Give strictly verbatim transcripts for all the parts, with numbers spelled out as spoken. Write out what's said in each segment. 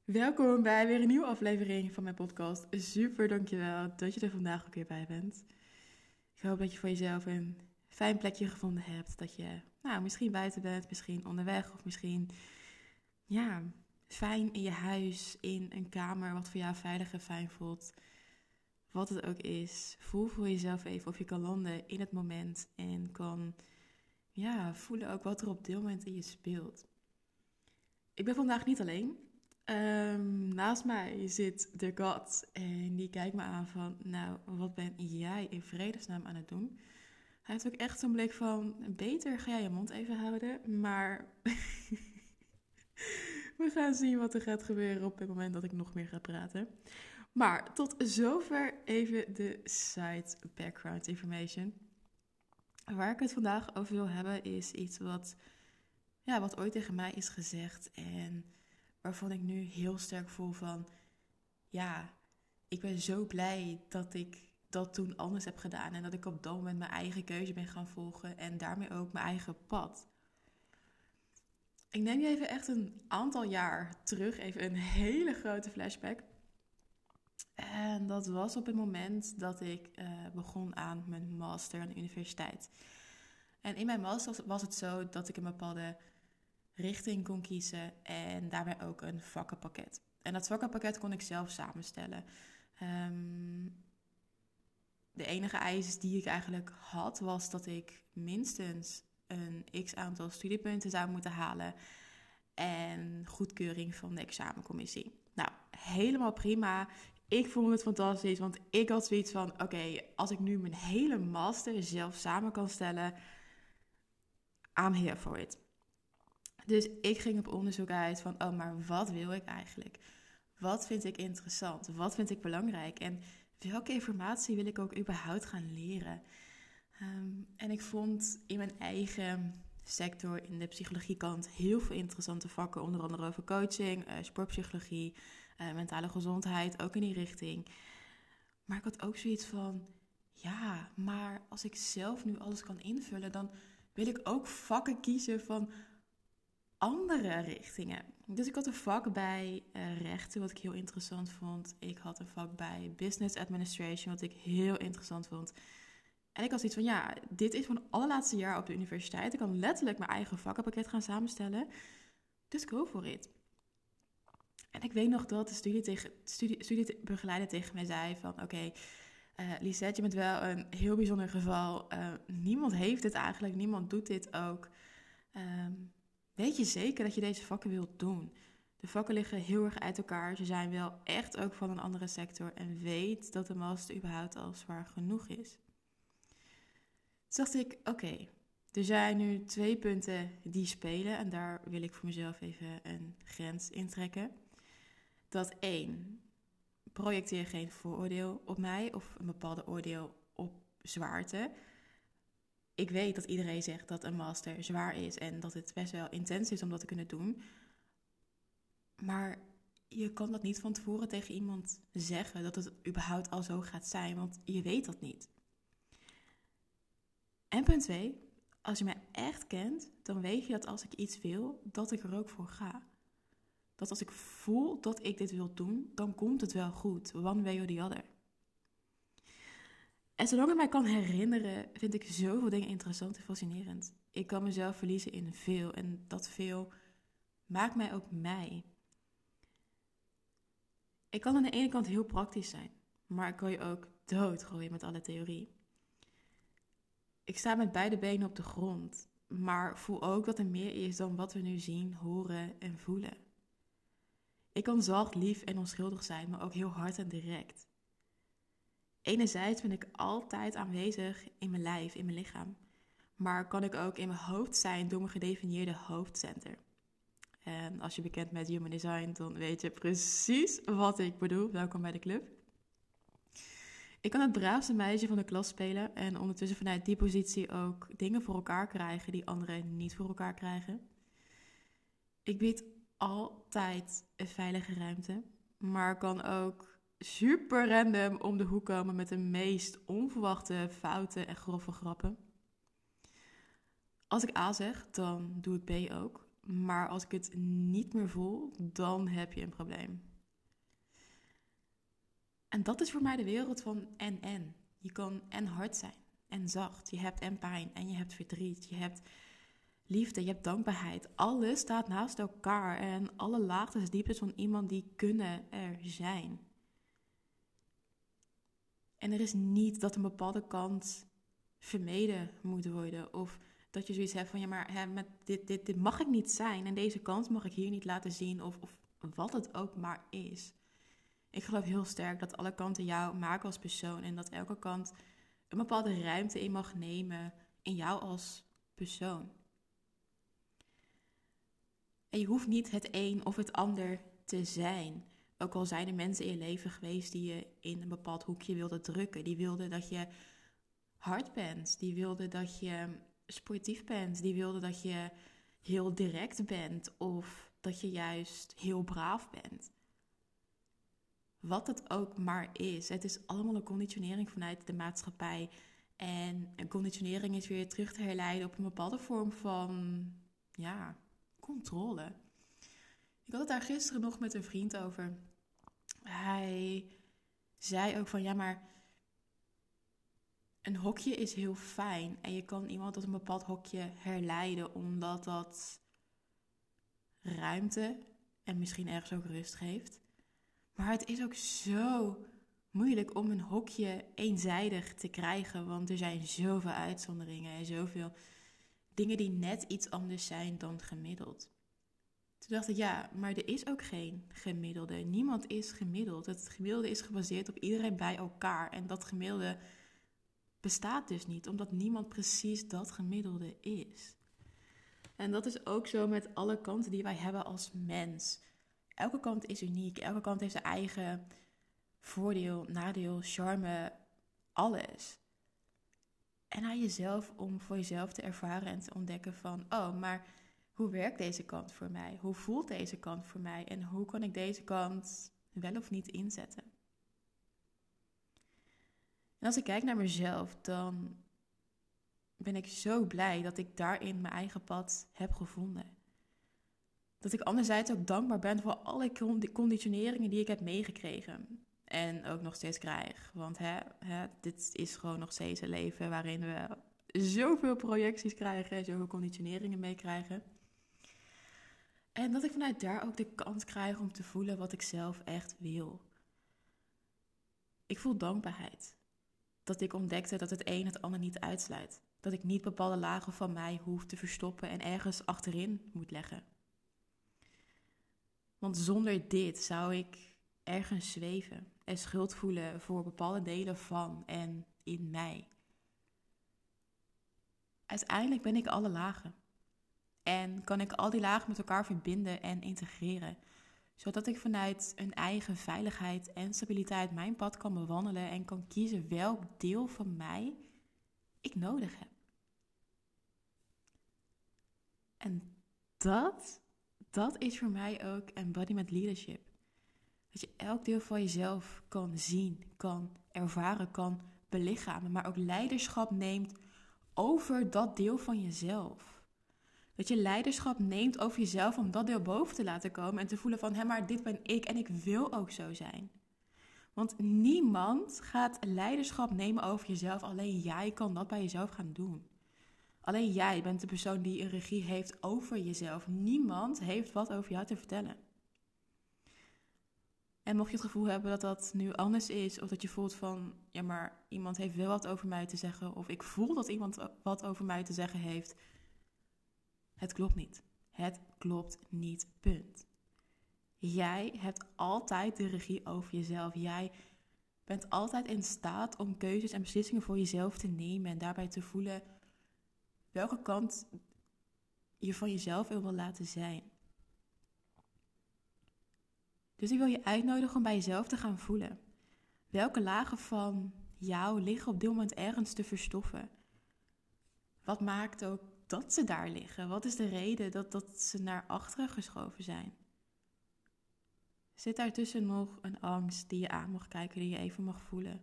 Welkom bij weer een nieuwe aflevering van mijn podcast. Super, dankjewel dat je er vandaag ook weer bij bent. Ik hoop dat je voor jezelf een fijn plekje gevonden hebt. Dat je nou, misschien buiten bent, misschien onderweg of misschien ja, fijn in je huis, in een kamer wat voor jou veilig en fijn voelt. Wat het ook is, voel voor jezelf even of je kan landen in het moment en kan ja, voelen ook wat er op dit moment in je speelt. Ik ben vandaag niet alleen. Um, naast mij zit de kat en die kijkt me aan van, nou, wat ben jij in vredesnaam aan het doen? Hij heeft ook echt zo'n blik van, beter ga jij je mond even houden, maar we gaan zien wat er gaat gebeuren op het moment dat ik nog meer ga praten. Maar tot zover even de side background information. Waar ik het vandaag over wil hebben is iets wat, ja, wat ooit tegen mij is gezegd en waarvan ik nu heel sterk voel van, ja, ik ben zo blij dat ik dat toen anders heb gedaan. En dat ik op dat moment mijn eigen keuze ben gaan volgen en daarmee ook mijn eigen pad. Ik neem je even echt een aantal jaar terug, even een hele grote flashback. En dat was op het moment dat ik uh, begon aan mijn master aan de universiteit. En in mijn master was het zo dat ik een bepaalde richting kon kiezen en daarbij ook een vakkenpakket. En dat vakkenpakket kon ik zelf samenstellen. Um, de enige eis die ik eigenlijk had, was dat ik minstens een x-aantal studiepunten zou moeten halen en goedkeuring van de examencommissie. Nou, helemaal prima. Ik vond het fantastisch, want ik had zoiets van, oké, okay, als ik nu mijn hele master zelf samen kan stellen, I'm here for it. Dus ik ging op onderzoek uit van, oh, maar wat wil ik eigenlijk? Wat vind ik interessant? Wat vind ik belangrijk? En welke informatie wil ik ook überhaupt gaan leren? Um, en ik vond in mijn eigen sector, in de psychologiekant, heel veel interessante vakken. Onder andere over coaching, uh, sportpsychologie, uh, mentale gezondheid, ook in die richting. Maar ik had ook zoiets van, ja, maar als ik zelf nu alles kan invullen, dan wil ik ook vakken kiezen van andere richtingen. Dus ik had een vak bij uh, rechten, wat ik heel interessant vond. Ik had een vak bij business administration, wat ik heel interessant vond. En ik had zoiets van, ja, dit is mijn allerlaatste jaar op de universiteit. Ik kan letterlijk mijn eigen vakkenpakket gaan samenstellen. Dus go for it. En ik weet nog dat de studie tegen, studie, studiebegeleider tegen mij zei van, oké, okay, uh, Lisette, je bent wel een heel bijzonder geval. Uh, niemand heeft dit eigenlijk, niemand doet dit ook. Um, Weet je zeker dat je deze vakken wilt doen? De vakken liggen heel erg uit elkaar. Ze zijn wel echt ook van een andere sector. En weet dat de master überhaupt al zwaar genoeg is. Dus dacht ik, oké, okay, er zijn nu twee punten die spelen. En daar wil ik voor mezelf even een grens in trekken. Dat één, projecteer geen vooroordeel op mij of een bepaalde oordeel op zwaarte. Ik weet dat iedereen zegt dat een master zwaar is en dat het best wel intens is om dat te kunnen doen. Maar je kan dat niet van tevoren tegen iemand zeggen dat het überhaupt al zo gaat zijn, want je weet dat niet. En punt twee, als je mij echt kent, dan weet je dat als ik iets wil, dat ik er ook voor ga. Dat als ik voel dat ik dit wil doen, dan komt het wel goed, one way or the other. En zolang ik mij kan herinneren, vind ik zoveel dingen interessant en fascinerend. Ik kan mezelf verliezen in veel en dat veel maakt mij ook mij. Ik kan aan de ene kant heel praktisch zijn, maar ik kan je ook doodgooien met alle theorie. Ik sta met beide benen op de grond, maar voel ook dat er meer is dan wat we nu zien, horen en voelen. Ik kan zacht, lief en onschuldig zijn, maar ook heel hard en direct. Enerzijds ben ik altijd aanwezig in mijn lijf, in mijn lichaam. Maar kan ik ook in mijn hoofd zijn door mijn gedefinieerde hoofdcenter. En als je bekend met Human Design, dan weet je precies wat ik bedoel. Welkom bij de club. Ik kan het braafste meisje van de klas spelen en ondertussen vanuit die positie ook dingen voor elkaar krijgen die anderen niet voor elkaar krijgen. Ik bied altijd een veilige ruimte, maar kan ook super random om de hoek komen met de meest onverwachte fouten en grove grappen. Als ik A zeg, dan doe ik B ook. Maar als ik het niet meer voel, dan heb je een probleem. En dat is voor mij de wereld van en-en. Je kan en hard zijn en zacht. Je hebt en pijn en je hebt verdriet. Je hebt liefde, je hebt dankbaarheid. Alles staat naast elkaar. En alle laagtes, dieptes van iemand die kunnen er zijn. En er is niet dat een bepaalde kant vermeden moet worden. Of dat je zoiets hebt van, ja, maar hè, met dit, dit, dit mag ik niet zijn. En deze kant mag ik hier niet laten zien. Of, of wat het ook maar is. Ik geloof heel sterk dat alle kanten jou maken als persoon. En dat elke kant een bepaalde ruimte in mag nemen in jou als persoon. En je hoeft niet het een of het ander te zijn. Ook al zijn er mensen in je leven geweest die je in een bepaald hoekje wilden drukken. Die wilden dat je hard bent. Die wilden dat je sportief bent. Die wilden dat je heel direct bent. Of dat je juist heel braaf bent. Wat het ook maar is. Het is allemaal een conditionering vanuit de maatschappij. En een conditionering is weer terug te herleiden op een bepaalde vorm van, ja, controle. Ik had het daar gisteren nog met een vriend over. Hij zei ook van, ja, maar een hokje is heel fijn. En je kan iemand tot een bepaald hokje herleiden, omdat dat ruimte en misschien ergens ook rust geeft. Maar het is ook zo moeilijk om een hokje eenzijdig te krijgen. Want er zijn zoveel uitzonderingen en zoveel dingen die net iets anders zijn dan gemiddeld. Toen dacht ik, ja, maar er is ook geen gemiddelde. Niemand is gemiddeld. Het gemiddelde is gebaseerd op iedereen bij elkaar. En dat gemiddelde bestaat dus niet, omdat niemand precies dat gemiddelde is. En dat is ook zo met alle kanten die wij hebben als mens. Elke kant is uniek. Elke kant heeft zijn eigen voordeel, nadeel, charme, alles. En aan jezelf om voor jezelf te ervaren en te ontdekken van, oh, maar hoe werkt deze kant voor mij? Hoe voelt deze kant voor mij? En hoe kan ik deze kant wel of niet inzetten? En als ik kijk naar mezelf, dan ben ik zo blij dat ik daarin mijn eigen pad heb gevonden. Dat ik anderzijds ook dankbaar ben voor alle conditioneringen die ik heb meegekregen. En ook nog steeds krijg. Want hè, hè, dit is gewoon nog steeds een leven waarin we zoveel projecties krijgen en zoveel conditioneringen meekrijgen. En dat ik vanuit daar ook de kans krijg om te voelen wat ik zelf echt wil. Ik voel dankbaarheid. Dat ik ontdekte dat het een het ander niet uitsluit. Dat ik niet bepaalde lagen van mij hoef te verstoppen en ergens achterin moet leggen. Want zonder dit zou ik ergens zweven en schuld voelen voor bepaalde delen van en in mij. Uiteindelijk ben ik alle lagen. En kan ik al die lagen met elkaar verbinden en integreren. Zodat ik vanuit een eigen veiligheid en stabiliteit mijn pad kan bewandelen en kan kiezen welk deel van mij ik nodig heb. En dat, dat is voor mij ook embodiment leadership. Dat je elk deel van jezelf kan zien, kan ervaren, kan belichamen. Maar ook leiderschap neemt over dat deel van jezelf. Dat je leiderschap neemt over jezelf om dat deel boven te laten komen. En te voelen van, hé, maar dit ben ik en ik wil ook zo zijn. Want niemand gaat leiderschap nemen over jezelf. Alleen jij kan dat bij jezelf gaan doen. Alleen jij bent de persoon die een regie heeft over jezelf. Niemand heeft wat over jou te vertellen. En mocht je het gevoel hebben dat dat nu anders is, of dat je voelt van, ja, maar iemand heeft wel wat over mij te zeggen, of ik voel dat iemand wat over mij te zeggen heeft, het klopt niet. Het klopt niet, punt. Jij hebt altijd de regie over jezelf. Jij bent altijd in staat om keuzes en beslissingen voor jezelf te nemen en daarbij te voelen welke kant je van jezelf wil laten zijn. Dus ik wil je uitnodigen om bij jezelf te gaan voelen. Welke lagen van jou liggen op dit moment ergens te verstoffen? Wat maakt ook dat ze daar liggen? Wat is de reden dat, dat ze naar achteren geschoven zijn? Zit daartussen nog een angst die je aan mag kijken, die je even mag voelen?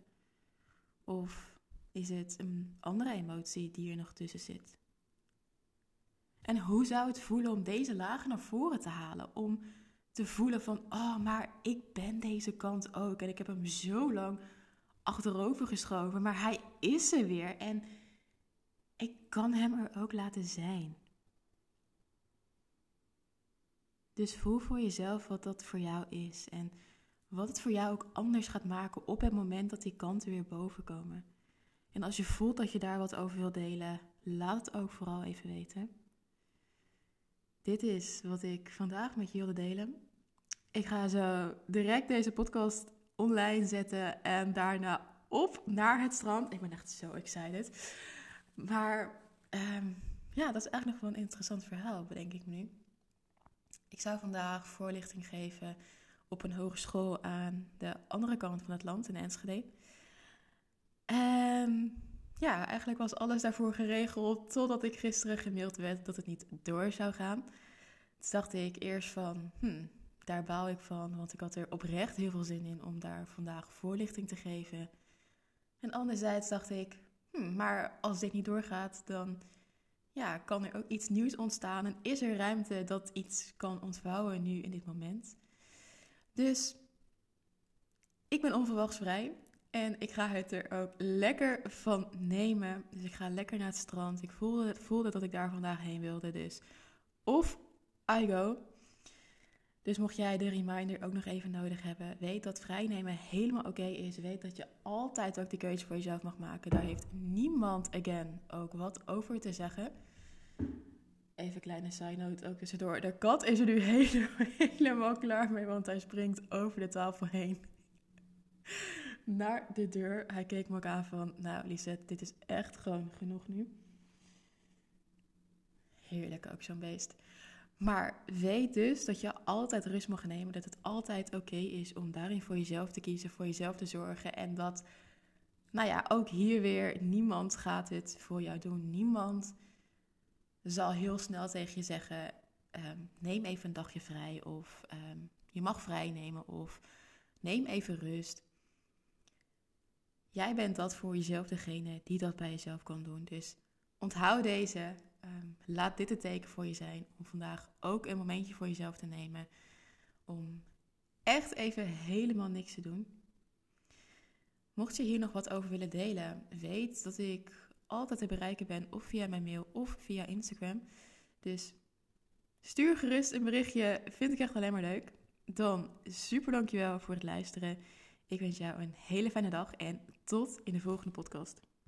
Of is het een andere emotie die er nog tussen zit? En hoe zou het voelen om deze lagen naar voren te halen? Om te voelen van, oh, maar ik ben deze kant ook. En ik heb hem zo lang achterover geschoven, maar hij is er weer. En ik kan hem er ook laten zijn. Dus voel voor jezelf wat dat voor jou is. En wat het voor jou ook anders gaat maken op het moment dat die kanten weer boven komen. En als je voelt dat je daar wat over wil delen, laat het ook vooral even weten. Dit is wat ik vandaag met je wilde delen. Ik ga zo direct deze podcast online zetten en daarna op naar het strand. Ik ben echt zo excited. Maar um, ja, dat is eigenlijk nog wel een interessant verhaal, bedenk ik me nu. Ik zou vandaag voorlichting geven op een hogeschool aan de andere kant van het land, in Enschede. En ja, eigenlijk was alles daarvoor geregeld totdat ik gisteren gemaild werd dat het niet door zou gaan. Toen dacht ik eerst van, hmm, daar baal ik van, want ik had er oprecht heel veel zin in om daar vandaag voorlichting te geven. En anderzijds dacht ik, hmm, maar als dit niet doorgaat, dan ja, kan er ook iets nieuws ontstaan en is er ruimte dat iets kan ontvouwen nu in dit moment. Dus ik ben onverwachts vrij en ik ga het er ook lekker van nemen. Dus ik ga lekker naar het strand. Ik voelde, voelde dat ik daar vandaag heen wilde, dus of I go. Dus mocht jij de reminder ook nog even nodig hebben, weet dat vrijnemen helemaal oké okay is. Weet dat je altijd ook de keuze voor jezelf mag maken. Daar heeft niemand, again, ook wat over te zeggen. Even een kleine side note ook tussendoor. De kat is er nu helemaal, helemaal klaar mee, want hij springt over de tafel heen naar de deur. Hij keek me ook aan van, nou Lisette, dit is echt gewoon genoeg nu. Heerlijk ook zo'n beest. Maar weet dus dat je altijd rust mag nemen. Dat het altijd oké okay is om daarin voor jezelf te kiezen, voor jezelf te zorgen. En dat, nou ja, ook hier weer, niemand gaat het voor jou doen. Niemand zal heel snel tegen je zeggen, um, neem even een dagje vrij. Of um, je mag vrij nemen. Of neem even rust. Jij bent dat voor jezelf degene die dat bij jezelf kan doen. Dus onthoud deze. Um, laat dit het teken voor je zijn om vandaag ook een momentje voor jezelf te nemen. Om echt even helemaal niks te doen. Mocht je hier nog wat over willen delen, weet dat ik altijd te bereiken ben of via mijn mail of via Instagram. Dus stuur gerust een berichtje, vind ik echt alleen maar leuk. Dan super dankjewel voor het luisteren. Ik wens jou een hele fijne dag en tot in de volgende podcast.